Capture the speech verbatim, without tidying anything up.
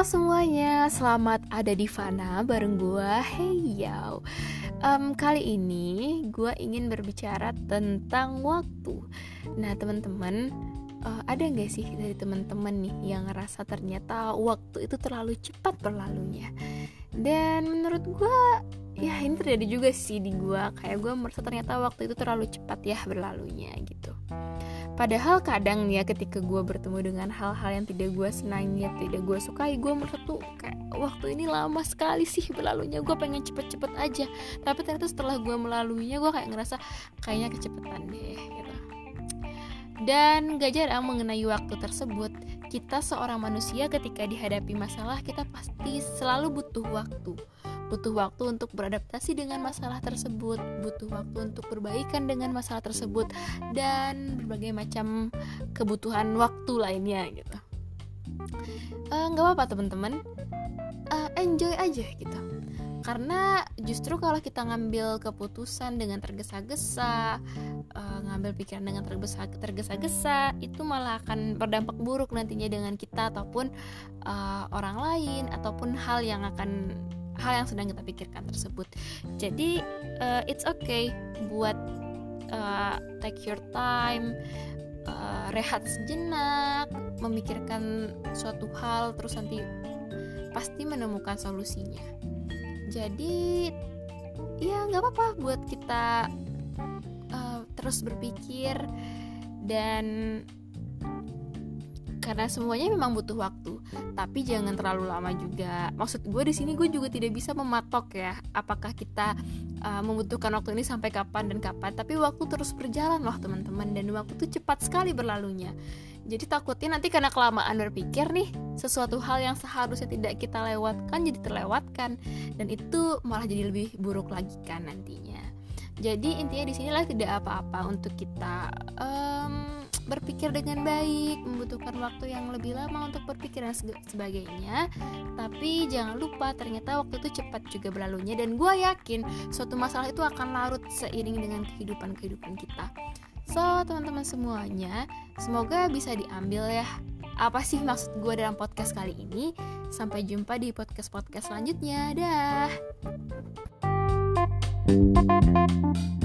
Halo semuanya, selamat ada di Fana bareng gue. Hey yo, um, kali ini gue ingin berbicara tentang waktu. Nah teman-teman, uh, ada nggak sih dari teman-teman nih yang ngerasa ternyata waktu itu terlalu cepat berlalunya? Dan menurut gue, ya ini terjadi juga sih di gue. Kayak gue merasa ternyata waktu itu terlalu cepat ya berlalunya gitu. Padahal kadang ya ketika gue bertemu dengan hal-hal yang tidak gue senangi, tidak gue sukai, gue merasa tuh kayak waktu ini lama sekali sih berlalunya, gue pengen cepet-cepet aja. Tapi ternyata setelah gue melaluinya, gue kayak ngerasa kayaknya kecepetan deh gitu. Dan gak jarang mengenai waktu tersebut, kita seorang manusia ketika dihadapi masalah, kita pasti selalu butuh waktu. Butuh waktu untuk beradaptasi dengan masalah tersebut, butuh waktu untuk berbaikan dengan masalah tersebut, dan berbagai macam kebutuhan waktu lainnya gitu. uh, Gak apa-apa teman-teman, uh, enjoy aja gitu. Karena justru kalau kita ngambil keputusan dengan tergesa-gesa, uh, ngambil pikiran dengan tergesa- tergesa-gesa, itu malah akan berdampak buruk nantinya dengan kita ataupun uh, orang lain, ataupun hal yang akan hal yang sedang kita pikirkan tersebut. Jadi uh, it's okay buat uh, take your time, uh, rehat sejenak, memikirkan suatu hal, terus nanti pasti menemukan solusinya. Jadi ya nggak apa-apa buat kita uh, terus berpikir, dan karena semuanya memang butuh waktu, tapi jangan terlalu lama juga. Maksud gue di sini gue juga tidak bisa mematok ya, apakah kita uh, membutuhkan waktu ini sampai kapan dan kapan. Tapi waktu terus berjalan loh teman-teman, dan waktu itu cepat sekali berlalunya. Jadi takutnya nanti karena kelamaan berpikir nih, sesuatu hal yang seharusnya tidak kita lewatkan jadi terlewatkan, dan itu malah jadi lebih buruk lagi kan nantinya. Jadi intinya di sinilah tidak apa-apa untuk kita um, berpikir dengan baik, membutuhkan waktu yang lebih lama untuk berpikir dan sebagainya. Tapi jangan lupa ternyata waktu itu cepat juga berlalunya, dan gue yakin suatu masalah itu akan larut seiring dengan kehidupan-kehidupan kita. So teman-teman semuanya, semoga bisa diambil ya apa sih maksud gue dalam podcast kali ini. Sampai jumpa di podcast-podcast selanjutnya. Dah.